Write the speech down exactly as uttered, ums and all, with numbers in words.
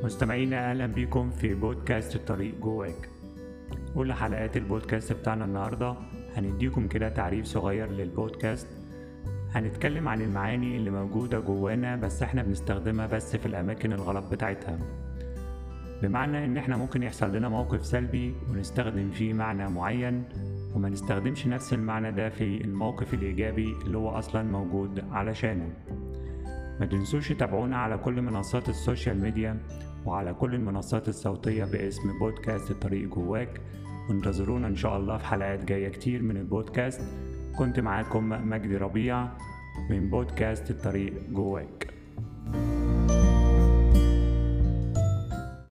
مستمعينا أهلا بكم في بودكاست الطريق جواك. أولى حلقات البودكاست بتاعنا النهاردة هنديكم كده تعريف صغير للبودكاست. هنتكلم عن المعاني اللي موجودة جوانا بس احنا بنستخدمها بس في الأماكن الغلط بتاعتها، بمعنى ان احنا ممكن يحصل لنا موقف سلبي ونستخدم فيه معنى معين وما نستخدمش نفس المعنى ده في الموقف الإيجابي اللي هو أصلا موجود علشانه. ما تنسوش تتابعونا على كل منصات السوشيال ميديا وعلى كل المنصات الصوتية باسم بودكاست الطريق جواك، وانتظرونا إن شاء الله في حلقات جاية كتير من البودكاست. كنت معاكم مجدي ربيع من بودكاست الطريق جواك.